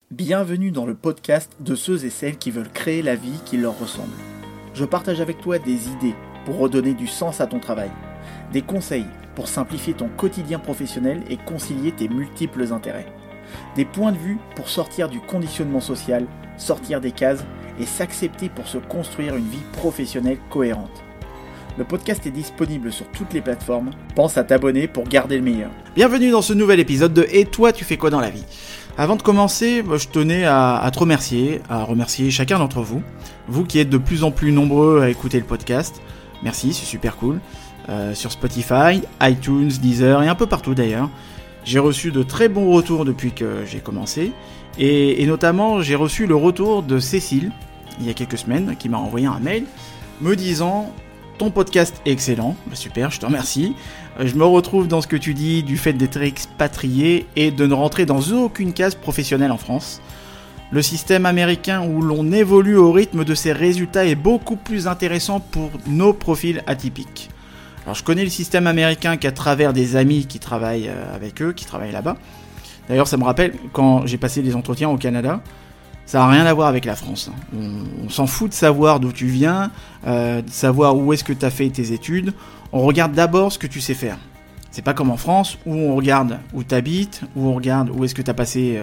Bienvenue dans le podcast de ceux et celles qui veulent créer la vie qui leur ressemble. Je partage avec toi des idées pour redonner du sens à ton travail, des conseils pour simplifier ton quotidien professionnel et concilier tes multiples intérêts, des points de vue pour sortir du conditionnement social, sortir des cases et s'accepter pour se construire une vie professionnelle cohérente. Le podcast est disponible sur toutes les plateformes. Pense à t'abonner pour garder le meilleur. Bienvenue dans ce nouvel épisode de « Et toi, tu fais quoi dans la vie ?» Avant de commencer, je tenais à te remercier, à remercier chacun d'entre vous. Vous qui êtes de plus en plus nombreux à écouter le podcast. Merci, c'est super cool. Sur Spotify, iTunes, Deezer et un peu partout d'ailleurs. J'ai reçu de très bons retours depuis que j'ai commencé. Et notamment, j'ai reçu le retour de Cécile, il y a quelques semaines, qui m'a envoyé un mail me disant... Ton podcast est excellent, super, je te remercie. Je me retrouve dans ce que tu dis du fait d'être expatrié et de ne rentrer dans aucune case professionnelle en France. Le système américain où l'on évolue au rythme de ses résultats est beaucoup plus intéressant pour nos profils atypiques. Alors je connais le système américain qu'à travers des amis qui travaillent avec eux, qui travaillent là-bas. D'ailleurs ça me rappelle quand j'ai passé des entretiens au Canada. Ça n'a rien à voir avec la France. On s'en fout de savoir d'où tu viens, de savoir où est-ce que tu as fait tes études. On regarde d'abord ce que tu sais faire. C'est pas comme en France où on regarde où tu habites, où on regarde où est-ce que tu as passé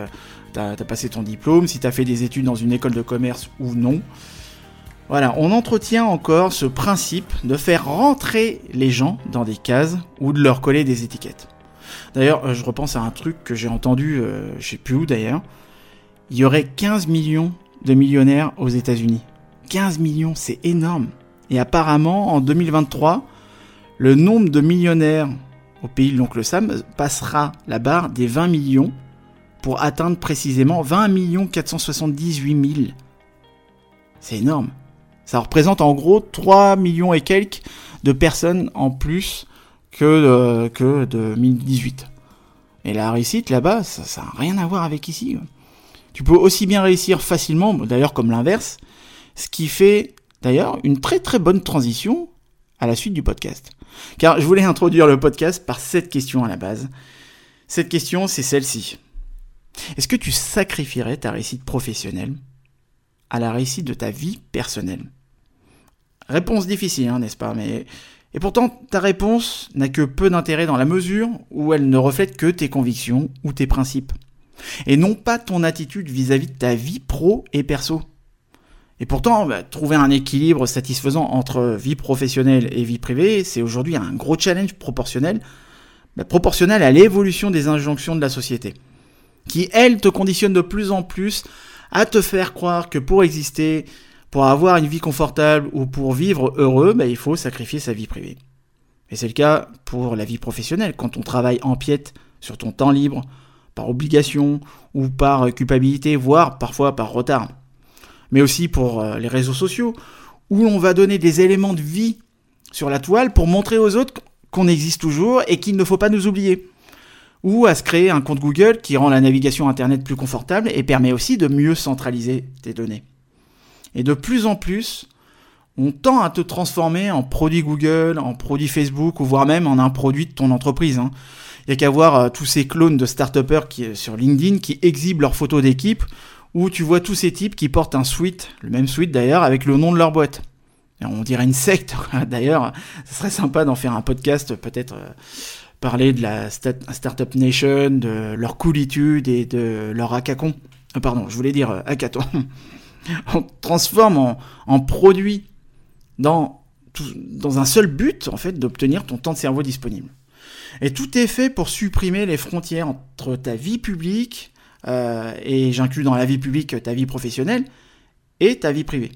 ton diplôme, si tu as fait des études dans une école de commerce ou non. Voilà, on entretient encore ce principe de faire rentrer les gens dans des cases ou de leur coller des étiquettes. D'ailleurs, je repense à un truc que j'ai entendu, je sais plus où d'ailleurs. Il y aurait 15 millions de millionnaires aux États-Unis. 15 millions, c'est énorme. Et apparemment, en 2023, le nombre de millionnaires au pays de l'oncle Sam passera la barre des 20 millions pour atteindre précisément 20 478 000. C'est énorme. Ça représente en gros 3 millions et quelques de personnes en plus que de 2018. Et la réussite là-bas, ça n'a rien à voir avec ici. Tu peux aussi bien réussir facilement, d'ailleurs comme l'inverse, ce qui fait d'ailleurs une très très bonne transition à la suite du podcast. Car je voulais introduire le podcast par cette question à la base. Cette question, c'est celle-ci. Est-ce que tu sacrifierais ta réussite professionnelle à la réussite de ta vie personnelle ? Réponse difficile, n'est-ce pas ? Et pourtant, ta réponse n'a que peu d'intérêt dans la mesure où elle ne reflète que tes convictions ou tes principes. Et non pas ton attitude vis-à-vis de ta vie pro et perso. Et pourtant, trouver un équilibre satisfaisant entre vie professionnelle et vie privée, c'est aujourd'hui un gros challenge proportionnel à l'évolution des injonctions de la société, qui, elle, te conditionne de plus en plus à te faire croire que pour exister, pour avoir une vie confortable ou pour vivre heureux, il faut sacrifier sa vie privée. Et c'est le cas pour la vie professionnelle, quand on travaille empiète sur ton temps libre, par obligation ou par culpabilité, voire parfois par retard. Mais aussi pour les réseaux sociaux, où l'on va donner des éléments de vie sur la toile pour montrer aux autres qu'on existe toujours et qu'il ne faut pas nous oublier. Ou à se créer un compte Google qui rend la navigation Internet plus confortable et permet aussi de mieux centraliser tes données. Et de plus en plus, on tend à te transformer en produit Google, en produit Facebook ou voire même en un produit de ton entreprise. Il n'y a qu'à voir tous ces clones de start-upers sur LinkedIn qui exhibent leurs photos d'équipe, où tu vois tous ces types qui portent un sweat, le même sweat d'ailleurs, avec le nom de leur boîte. Et on dirait une secte. D'ailleurs, ce serait sympa d'en faire un podcast, peut-être parler de la Startup Nation, de leur coolitude et de leur hackathon. Pardon, je voulais dire hackathon. On transforme en produit dans un seul but, en fait, d'obtenir ton temps de cerveau disponible. Et tout est fait pour supprimer les frontières entre ta vie publique, et j'inclus dans la vie publique ta vie professionnelle, et ta vie privée.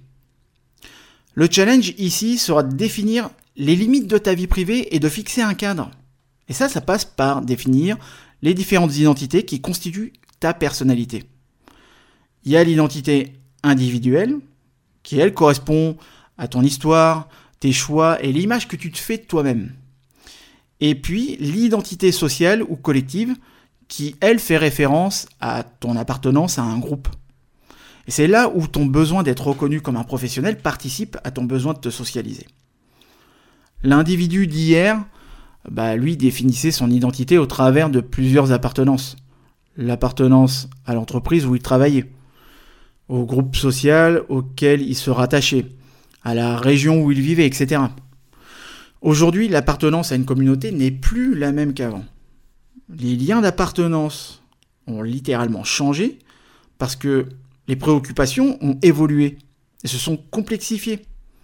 Le challenge ici sera de définir les limites de ta vie privée et de fixer un cadre. Et ça passe par définir les différentes identités qui constituent ta personnalité. Il y a l'identité individuelle, qui elle correspond à ton histoire, tes choix et l'image que tu te fais de toi-même. Et puis, l'identité sociale ou collective qui, elle, fait référence à ton appartenance à un groupe. Et c'est là où ton besoin d'être reconnu comme un professionnel participe à ton besoin de te socialiser. L'individu d'hier, lui définissait son identité au travers de plusieurs appartenances. l'appartenance à l'entreprise où il travaillait, au groupe social auquel il se rattachait, à la région où il vivait, etc. Aujourd'hui, l'appartenance à une communauté n'est plus la même qu'avant. Les liens d'appartenance ont littéralement changé parce que les préoccupations ont évolué et se sont complexifiées.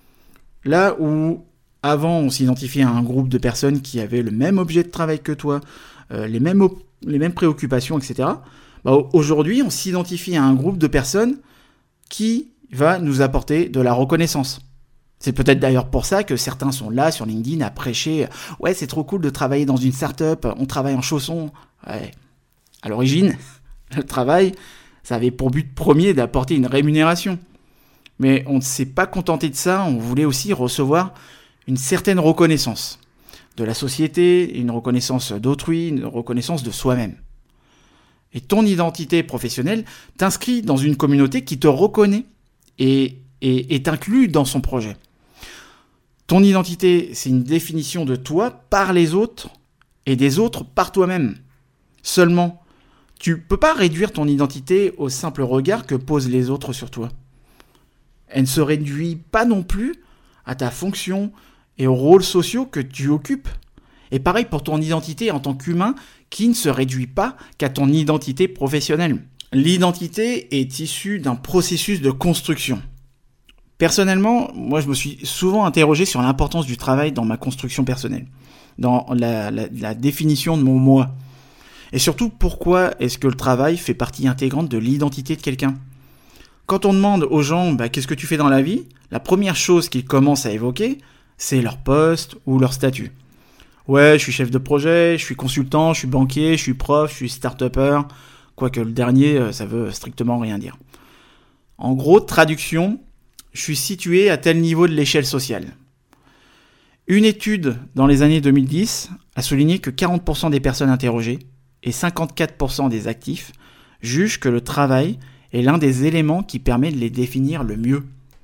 Là où avant on s'identifiait à un groupe de personnes qui avaient le même objet de travail que toi, les mêmes préoccupations, etc. Aujourd'hui, on s'identifie à un groupe de personnes qui va nous apporter de la reconnaissance. C'est peut-être d'ailleurs pour ça que certains sont là sur LinkedIn à prêcher « Ouais, c'est trop cool de travailler dans une start-up, on travaille en chaussons. » Ouais. À l'origine, le travail, ça avait pour but premier d'apporter une rémunération. Mais on ne s'est pas contenté de ça, on voulait aussi recevoir une certaine reconnaissance de la société, une reconnaissance d'autrui, une reconnaissance de soi-même. Et ton identité professionnelle t'inscrit dans une communauté qui te reconnaît et est inclus dans son projet. Ton identité, c'est une définition de toi par les autres et des autres par toi-même. Seulement, tu ne peux pas réduire ton identité au simple regard que posent les autres sur toi. Elle ne se réduit pas non plus à ta fonction et aux rôles sociaux que tu occupes. Et pareil pour ton identité en tant qu'humain qui ne se réduit pas qu'à ton identité professionnelle. L'identité est issue d'un processus de construction. Personnellement, moi je me suis souvent interrogé sur l'importance du travail dans ma construction personnelle, dans la définition de mon moi. Et surtout, pourquoi est-ce que le travail fait partie intégrante de l'identité de quelqu'un ? Quand on demande aux gens qu'est-ce que tu fais dans la vie, la première chose qu'ils commencent à évoquer, c'est leur poste ou leur statut. Ouais, je suis chef de projet, je suis consultant, je suis banquier, je suis prof, je suis start-upper, quoique le dernier, ça veut strictement rien dire. En gros, traduction, je suis situé à tel niveau de l'échelle sociale. Une étude dans les années 2010 a souligné que 40% des personnes interrogées et 54% des actifs jugent que le travail est l'un des éléments qui permet de les définir le mieux.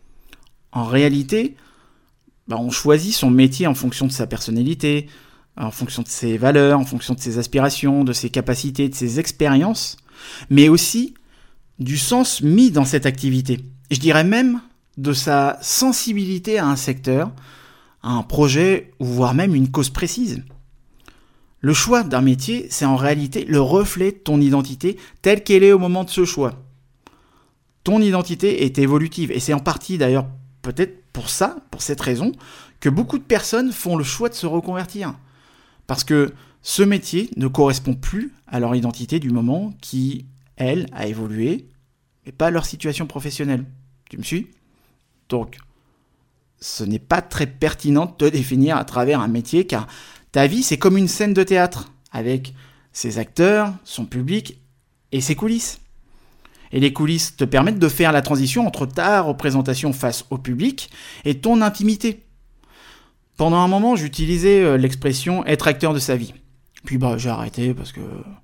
En réalité, on choisit son métier en fonction de sa personnalité, en fonction de ses valeurs, en fonction de ses aspirations, de ses capacités, de ses expériences, mais aussi du sens mis dans cette activité. Et je dirais même de sa sensibilité à un secteur, à un projet, ou voire même une cause précise. Le choix d'un métier, c'est en réalité le reflet de ton identité telle qu'elle est au moment de ce choix. Ton identité est évolutive, et c'est en partie d'ailleurs peut-être pour cette raison, que beaucoup de personnes font le choix de se reconvertir. Parce que ce métier ne correspond plus à leur identité du moment qui, elle, a évolué, et pas à leur situation professionnelle. Tu me suis ? Donc, ce n'est pas très pertinent de te définir à travers un métier, car ta vie, c'est comme une scène de théâtre, avec ses acteurs, son public et ses coulisses. Et les coulisses te permettent de faire la transition entre ta représentation face au public et ton intimité. Pendant un moment, j'utilisais l'expression « être acteur de sa vie ». Puis j'ai arrêté parce que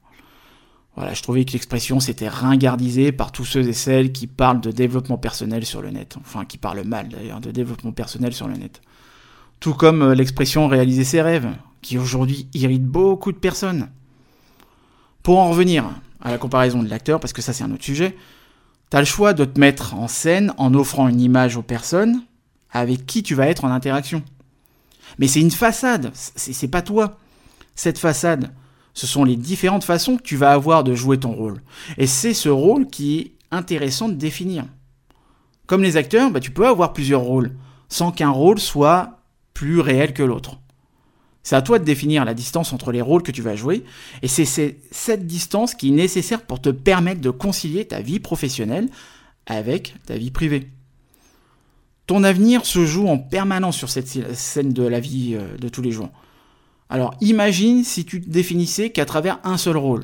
je trouvais que l'expression s'était ringardisée par tous ceux et celles qui parlent de développement personnel sur le net. Enfin, qui parlent mal d'ailleurs de développement personnel sur le net. Tout comme l'expression « réaliser ses rêves », qui aujourd'hui irrite beaucoup de personnes. Pour en revenir à la comparaison de l'acteur, parce que ça c'est un autre sujet, t'as le choix de te mettre en scène en offrant une image aux personnes avec qui tu vas être en interaction. Mais c'est une façade, c'est pas toi. Cette façade, ce sont les différentes façons que tu vas avoir de jouer ton rôle. Et c'est ce rôle qui est intéressant de définir. Comme les acteurs, tu peux avoir plusieurs rôles, sans qu'un rôle soit plus réel que l'autre. C'est à toi de définir la distance entre les rôles que tu vas jouer, et c'est cette distance qui est nécessaire pour te permettre de concilier ta vie professionnelle avec ta vie privée. Ton avenir se joue en permanence sur cette scène de la vie de tous les jours. Alors imagine si tu te définissais qu'à travers un seul rôle.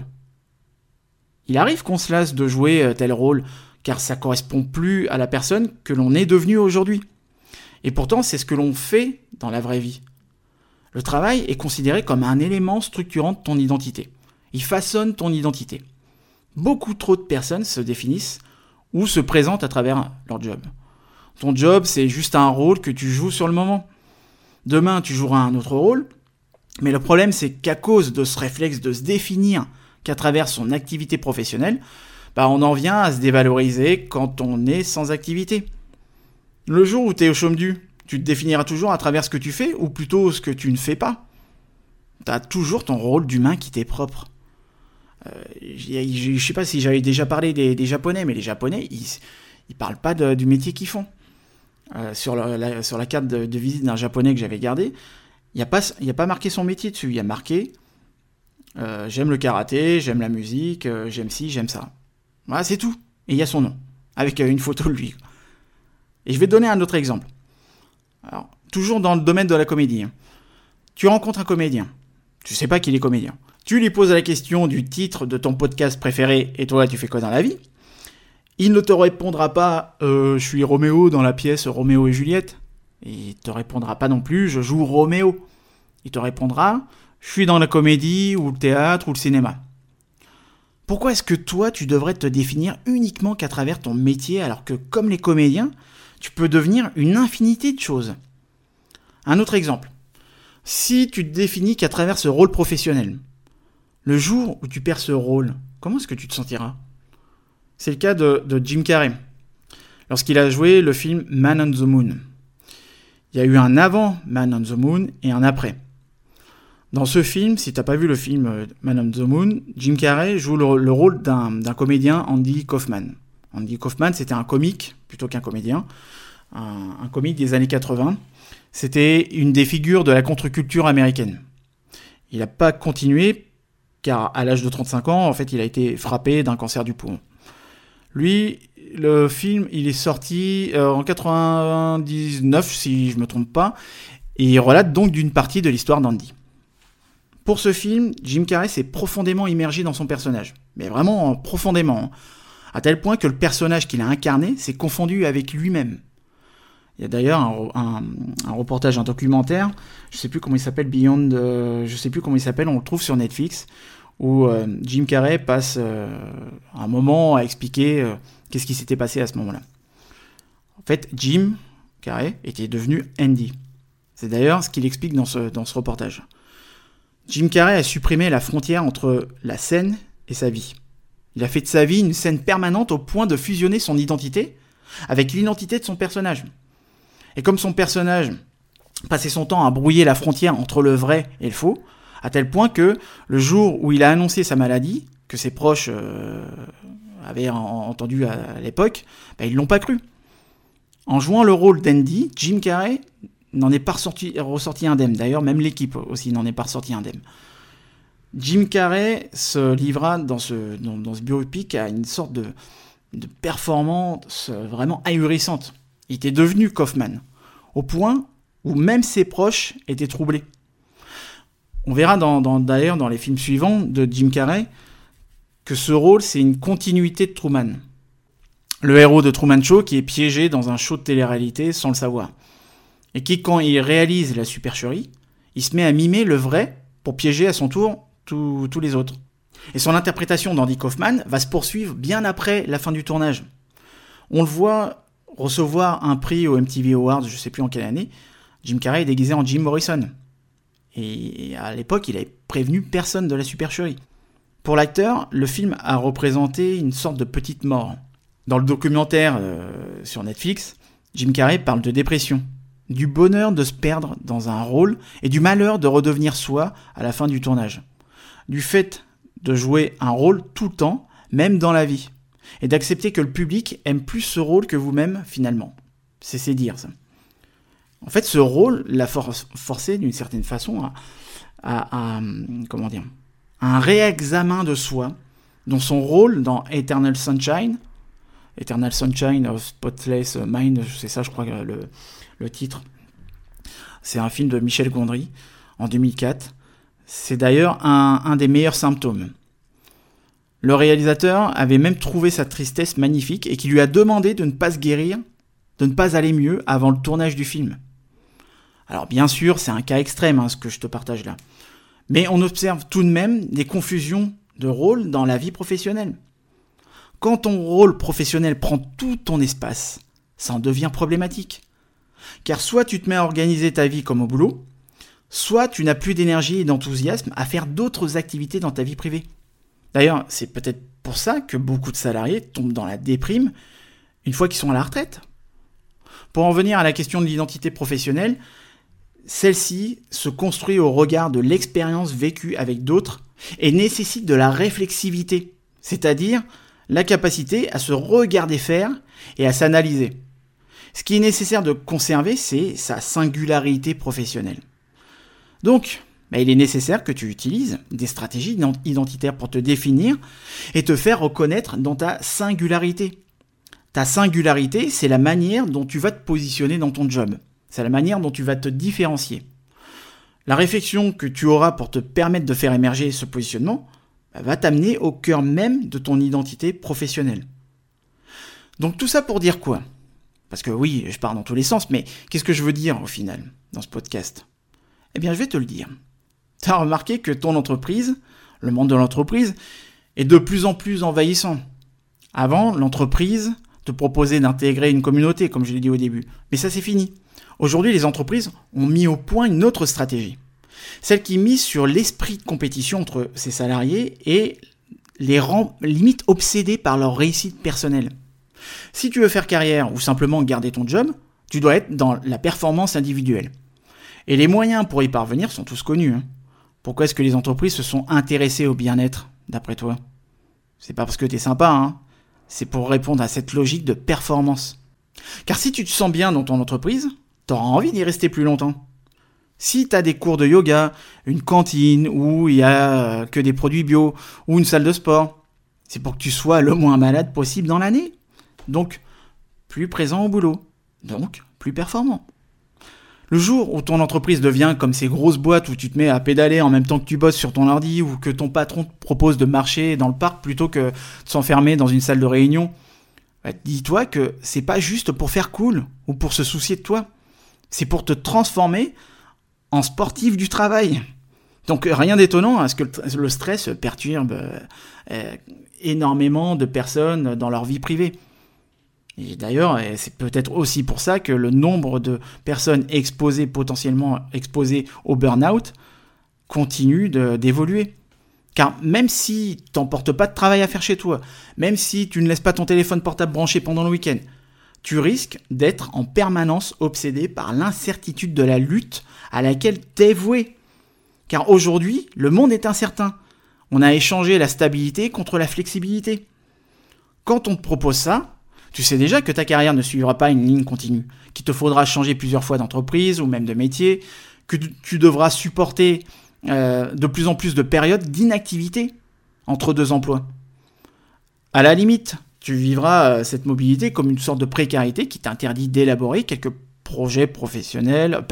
Il arrive qu'on se lasse de jouer tel rôle, car ça ne correspond plus à la personne que l'on est devenu aujourd'hui. Et pourtant, c'est ce que l'on fait dans la vraie vie. Le travail est considéré comme un élément structurant de ton identité. Il façonne ton identité. Beaucoup trop de personnes se définissent ou se présentent à travers leur job. Ton job, c'est juste un rôle que tu joues sur le moment. Demain, tu joueras un autre rôle, mais le problème, c'est qu'à cause de ce réflexe de se définir qu'à travers son activité professionnelle, on en vient à se dévaloriser quand on est sans activité. Le jour où tu es au chômage, tu te définiras toujours à travers ce que tu fais, ou plutôt ce que tu ne fais pas. Tu as toujours ton rôle d'humain qui t'est propre. Je ne sais pas si j'avais déjà parlé des Japonais, mais les Japonais, ils parlent pas du métier qu'ils font. Sur la carte de visite d'un Japonais que j'avais gardé, il n'y a pas marqué son métier dessus. Il y a marqué j'aime le karaté, j'aime la musique, j'aime ci, j'aime ça. Voilà, c'est tout. Et il y a son nom, avec une photo de lui. Et je vais te donner un autre exemple. Alors, toujours dans le domaine de la comédie. Tu rencontres un comédien. Tu sais pas qu'il est comédien. Tu lui poses la question du titre de ton podcast préféré, et toi, tu fais quoi dans la vie ? Il ne te répondra pas je suis Roméo dans la pièce Roméo et Juliette. Et il te répondra pas non plus je joue Roméo. Il te répondra je suis dans la comédie ou le théâtre ou le cinéma. Pourquoi est-ce que toi, tu devrais te définir uniquement qu'à travers ton métier, alors que comme les comédiens, tu peux devenir une infinité de choses ? Un autre exemple. Si tu te définis qu'à travers ce rôle professionnel, le jour où tu perds ce rôle, comment est-ce que tu te sentiras ? C'est le cas de Jim Carrey, lorsqu'il a joué le film Man on the Moon. Il y a eu un avant Man on the Moon et un après. Dans ce film, si tu n'as pas vu le film Man on the Moon, Jim Carrey joue le rôle d'un comédien, Andy Kaufman. Andy Kaufman, c'était un comique, plutôt qu'un comédien, un comique des années 80. C'était une des figures de la contre-culture américaine. Il n'a pas continué, car à l'âge de 35 ans, en fait, il a été frappé d'un cancer du poumon. Lui, le film, il est sorti en 99, si je ne me trompe pas, et il relate donc d'une partie de l'histoire d'Andy. Pour ce film, Jim Carrey s'est profondément immergé dans son personnage. Mais vraiment profondément. À tel point que le personnage qu'il a incarné s'est confondu avec lui-même. Il y a d'ailleurs un reportage, un documentaire, je ne sais plus comment il s'appelle, on le trouve sur Netflix, où Jim Carrey passe un moment à expliquer qu'est-ce qui s'était passé à ce moment-là. En fait, Jim Carrey était devenu Andy. C'est d'ailleurs ce qu'il explique dans ce reportage. Jim Carrey a supprimé la frontière entre la scène et sa vie. Il a fait de sa vie une scène permanente au point de fusionner son identité avec l'identité de son personnage. Et comme son personnage passait son temps à brouiller la frontière entre le vrai et le faux, à tel point que le jour où il a annoncé sa maladie, que ses proches avaient entendu à l'époque, ils ne l'ont pas cru. En jouant le rôle d'Andy, Jim Carrey n'en est pas ressorti indemne. D'ailleurs, même l'équipe aussi n'en est pas ressorti indemne. Jim Carrey se livra dans ce biopic à une sorte de performance vraiment ahurissante. Il était devenu Kaufman, au point où même ses proches étaient troublés. On verra d'ailleurs dans les films suivants de Jim Carrey que ce rôle, c'est une continuité de Truman. Le héros de Truman Show qui est piégé dans un show de télé-réalité sans le savoir. Et qui, quand il réalise la supercherie, il se met à mimer le vrai pour piéger à son tour tous les autres. Et son interprétation d'Andy Kaufman va se poursuivre bien après la fin du tournage. On le voit recevoir un prix au MTV Awards, je ne sais plus en quelle année. Jim Carrey est déguisé en Jim Morrison. Et à l'époque, il n'avait prévenu personne de la supercherie. Pour l'acteur, le film a représenté une sorte de petite mort. Dans le documentaire sur Netflix, Jim Carrey parle de dépression, du bonheur de se perdre dans un rôle et du malheur de redevenir soi à la fin du tournage. Du fait de jouer un rôle tout le temps, même dans la vie, et d'accepter que le public aime plus ce rôle que vous-même finalement. C'est dire ça. En fait, ce rôle l'a forcé d'une certaine façon à un réexamen de soi, dont son rôle dans Eternal Sunshine of Spotless Mind, c'est ça je crois le titre. C'est un film de Michel Gondry en 2004. C'est d'ailleurs un des meilleurs symptômes. Le réalisateur avait même trouvé sa tristesse magnifique et qui lui a demandé de ne pas se guérir, de ne pas aller mieux avant le tournage du film. Alors bien sûr, c'est un cas extrême ce que je te partage là. Mais on observe tout de même des confusions de rôle dans la vie professionnelle. Quand ton rôle professionnel prend tout ton espace, ça en devient problématique. Car soit tu te mets à organiser ta vie comme au boulot, soit tu n'as plus d'énergie et d'enthousiasme à faire d'autres activités dans ta vie privée. D'ailleurs, c'est peut-être pour ça que beaucoup de salariés tombent dans la déprime une fois qu'ils sont à la retraite. Pour en venir à la question de l'identité professionnelle, celle-ci se construit au regard de l'expérience vécue avec d'autres et nécessite de la réflexivité, c'est-à-dire la capacité à se regarder faire et à s'analyser. Ce qui est nécessaire de conserver, c'est sa singularité professionnelle. Donc, il est nécessaire que tu utilises des stratégies identitaires pour te définir et te faire reconnaître dans ta singularité. Ta singularité, c'est la manière dont tu vas te positionner dans ton job. C'est la manière dont tu vas te différencier. La réflexion que tu auras pour te permettre de faire émerger ce positionnement va t'amener au cœur même de ton identité professionnelle. Donc tout ça pour dire quoi ? Parce que oui, je pars dans tous les sens, mais qu'est-ce que je veux dire au final dans ce podcast ? Eh bien, je vais te le dire. Tu as remarqué que ton entreprise, le monde de l'entreprise, est de plus en plus envahissant. Avant, l'entreprise te proposait d'intégrer une communauté, comme je l'ai dit au début. Mais ça, c'est fini. Aujourd'hui, les entreprises ont mis au point une autre stratégie. Celle qui mise sur l'esprit de compétition entre ses salariés et les rend limite obsédés par leur réussite personnelle. Si tu veux faire carrière ou simplement garder ton job, tu dois être dans la performance individuelle. Et les moyens pour y parvenir sont tous connus. Pourquoi est-ce que les entreprises se sont intéressées au bien-être, d'après toi ? C'est pas parce que t'es sympa, c'est pour répondre à cette logique de performance. Car si tu te sens bien dans ton entreprise, t'auras envie d'y rester plus longtemps. Si t'as des cours de yoga, une cantine où il y a que des produits bio ou une salle de sport, c'est pour que tu sois le moins malade possible dans l'année. Donc, plus présent au boulot. Donc, plus performant. Le jour où ton entreprise devient comme ces grosses boîtes où tu te mets à pédaler en même temps que tu bosses sur ton ordi ou que ton patron te propose de marcher dans le parc plutôt que de s'enfermer dans une salle de réunion, dis-toi que c'est pas juste pour faire cool ou pour se soucier de toi. C'est pour te transformer en sportif du travail. Donc rien d'étonnant à ce que le stress perturbe énormément de personnes dans leur vie privée. Et d'ailleurs, c'est peut-être aussi pour ça que le nombre de personnes potentiellement exposées au burn-out continue d'évoluer. Car même si tu n'emportes pas de travail à faire chez toi, même si tu ne laisses pas ton téléphone portable branché pendant le week-end, tu risques d'être en permanence obsédé par l'incertitude de la lutte à laquelle tu es voué. Car aujourd'hui, le monde est incertain. On a échangé la stabilité contre la flexibilité. Quand on te propose ça, tu sais déjà que ta carrière ne suivra pas une ligne continue, qu'il te faudra changer plusieurs fois d'entreprise ou même de métier, que tu devras supporter de plus en plus de périodes d'inactivité entre deux emplois. À la limite, tu vivras cette mobilité comme une sorte de précarité qui t'interdit d'élaborer quelques projets personnels,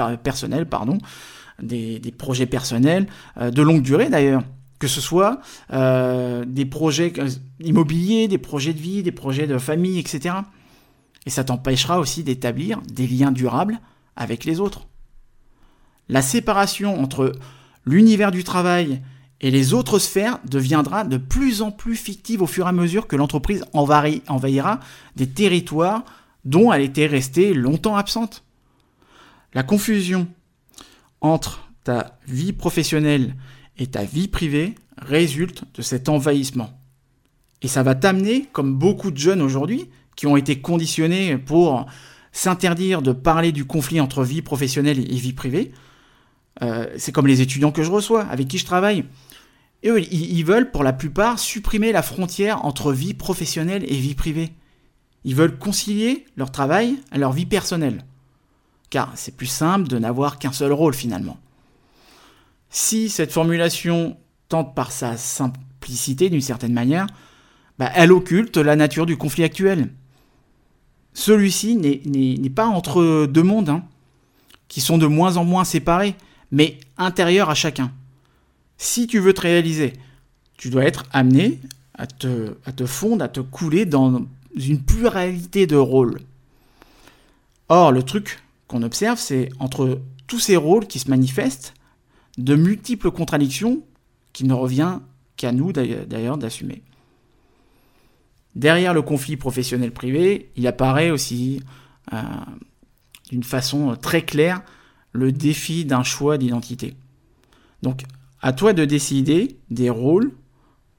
des projets personnels de longue durée d'ailleurs. Que ce soit des projets immobiliers, des projets de vie, des projets de famille, etc. Et ça t'empêchera aussi d'établir des liens durables avec les autres. La séparation entre l'univers du travail et les autres sphères deviendra de plus en plus fictive au fur et à mesure que l'entreprise envahira des territoires dont elle était restée longtemps absente. La confusion entre ta vie professionnelle et ta vie privée résulte de cet envahissement. Et ça va t'amener, comme beaucoup de jeunes aujourd'hui, qui ont été conditionnés pour s'interdire de parler du conflit entre vie professionnelle et vie privée, c'est comme les étudiants que je reçois, avec qui je travaille. Et eux, ils veulent, pour la plupart, supprimer la frontière entre vie professionnelle et vie privée. Ils veulent concilier leur travail à leur vie personnelle. Car c'est plus simple de n'avoir qu'un seul rôle, finalement. Si cette formulation tente par sa simplicité d'une certaine manière, elle occulte la nature du conflit actuel. Celui-ci n'est pas entre deux mondes, qui sont de moins en moins séparés, mais intérieurs à chacun. Si tu veux te réaliser, tu dois être amené à te fondre, à te couler dans une pluralité de rôles. Or, le truc qu'on observe, c'est entre tous ces rôles qui se manifestent, de multiples contradictions qu'il ne revient qu'à nous d'ailleurs d'assumer. Derrière le conflit professionnel-privé, il apparaît aussi d'une façon très claire le défi d'un choix d'identité. Donc, à toi de décider des rôles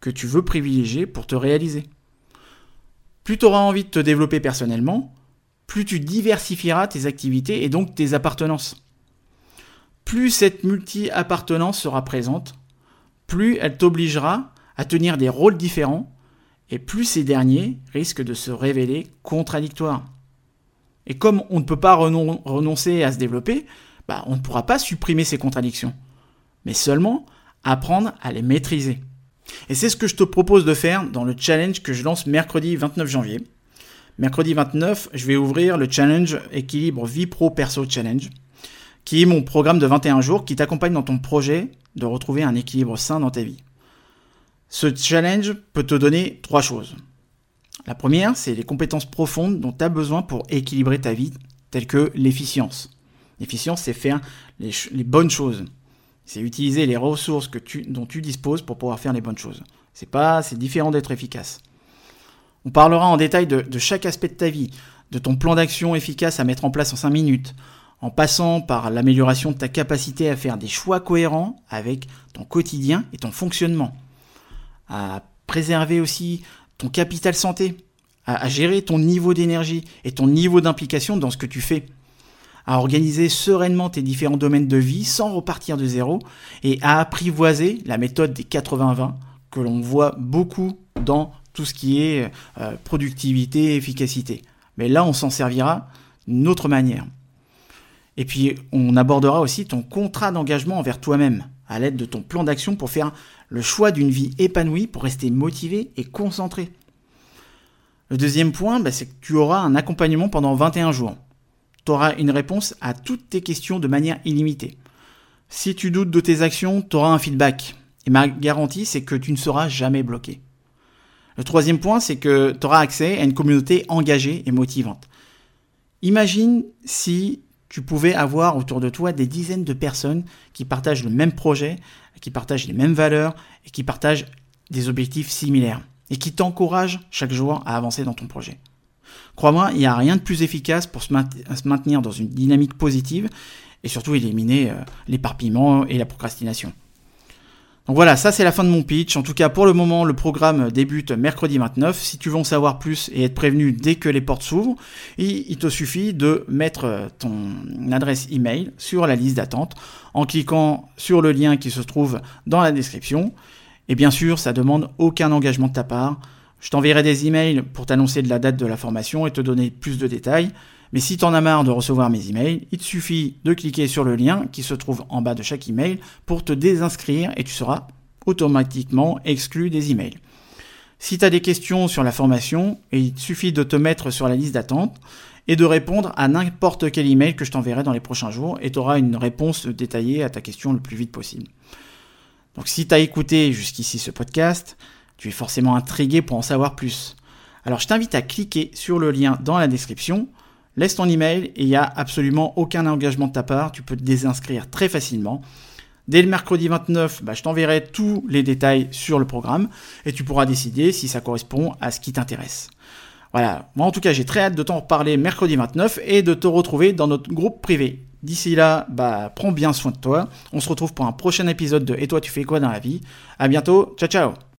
que tu veux privilégier pour te réaliser. Plus tu auras envie de te développer personnellement, plus tu diversifieras tes activités et donc tes appartenances. Plus cette multi-appartenance sera présente, plus elle t'obligera à tenir des rôles différents et plus ces derniers risquent de se révéler contradictoires. Et comme on ne peut pas renoncer à se développer, on ne pourra pas supprimer ces contradictions, mais seulement apprendre à les maîtriser. Et c'est ce que je te propose de faire dans le challenge que je lance mercredi 29 janvier. Mercredi 29, je vais ouvrir le challenge Équilibre Vie Pro Perso Challenge, qui est mon programme de 21 jours qui t'accompagne dans ton projet de retrouver un équilibre sain dans ta vie. Ce challenge peut te donner 3 choses. La première, c'est les compétences profondes dont tu as besoin pour équilibrer ta vie, telles que l'efficience. L'efficience, c'est faire les bonnes choses. C'est utiliser les ressources dont tu disposes pour pouvoir faire les bonnes choses. C'est différent d'être efficace. On parlera en détail de chaque aspect de ta vie, de ton plan d'action efficace à mettre en place en 5 minutes, en passant par l'amélioration de ta capacité à faire des choix cohérents avec ton quotidien et ton fonctionnement, à préserver aussi ton capital santé, à gérer ton niveau d'énergie et ton niveau d'implication dans ce que tu fais, à organiser sereinement tes différents domaines de vie sans repartir de zéro et à apprivoiser la méthode des 80-20 que l'on voit beaucoup dans tout ce qui est productivité et efficacité. Mais là, on s'en servira d'une autre manière. Et puis, on abordera aussi ton contrat d'engagement envers toi-même à l'aide de ton plan d'action pour faire le choix d'une vie épanouie pour rester motivé et concentré. Le deuxième point, c'est que tu auras un accompagnement pendant 21 jours. Tu auras une réponse à toutes tes questions de manière illimitée. Si tu doutes de tes actions, tu auras un feedback. Et ma garantie, c'est que tu ne seras jamais bloqué. Le troisième point, c'est que tu auras accès à une communauté engagée et motivante. Imagine si tu pouvais avoir autour de toi des dizaines de personnes qui partagent le même projet, qui partagent les mêmes valeurs et qui partagent des objectifs similaires et qui t'encouragent chaque jour à avancer dans ton projet. Crois-moi, il n'y a rien de plus efficace pour se maintenir dans une dynamique positive et surtout éliminer l'éparpillement et la procrastination. Donc voilà, ça c'est la fin de mon pitch. En tout cas, pour le moment, le programme débute mercredi 29. Si tu veux en savoir plus et être prévenu dès que les portes s'ouvrent, il te suffit de mettre ton adresse email sur la liste d'attente en cliquant sur le lien qui se trouve dans la description. Et bien sûr, ça demande aucun engagement de ta part. Je t'enverrai des emails pour t'annoncer de la date de la formation et te donner plus de détails. Mais si tu en as marre de recevoir mes emails, il te suffit de cliquer sur le lien qui se trouve en bas de chaque email pour te désinscrire et tu seras automatiquement exclu des emails. Si tu as des questions sur la formation, il te suffit de te mettre sur la liste d'attente et de répondre à n'importe quel email que je t'enverrai dans les prochains jours et tu auras une réponse détaillée à ta question le plus vite possible. Donc si tu as écouté jusqu'ici ce podcast, tu es forcément intrigué pour en savoir plus. Alors je t'invite à cliquer sur le lien dans la description. Laisse ton email et il n'y a absolument aucun engagement de ta part. Tu peux te désinscrire très facilement. Dès le mercredi 29, je t'enverrai tous les détails sur le programme et tu pourras décider si ça correspond à ce qui t'intéresse. Voilà, moi en tout cas j'ai très hâte de t'en reparler mercredi 29 et de te retrouver dans notre groupe privé. D'ici là, prends bien soin de toi. On se retrouve pour un prochain épisode de Et toi tu fais quoi dans la vie. À bientôt, ciao ciao.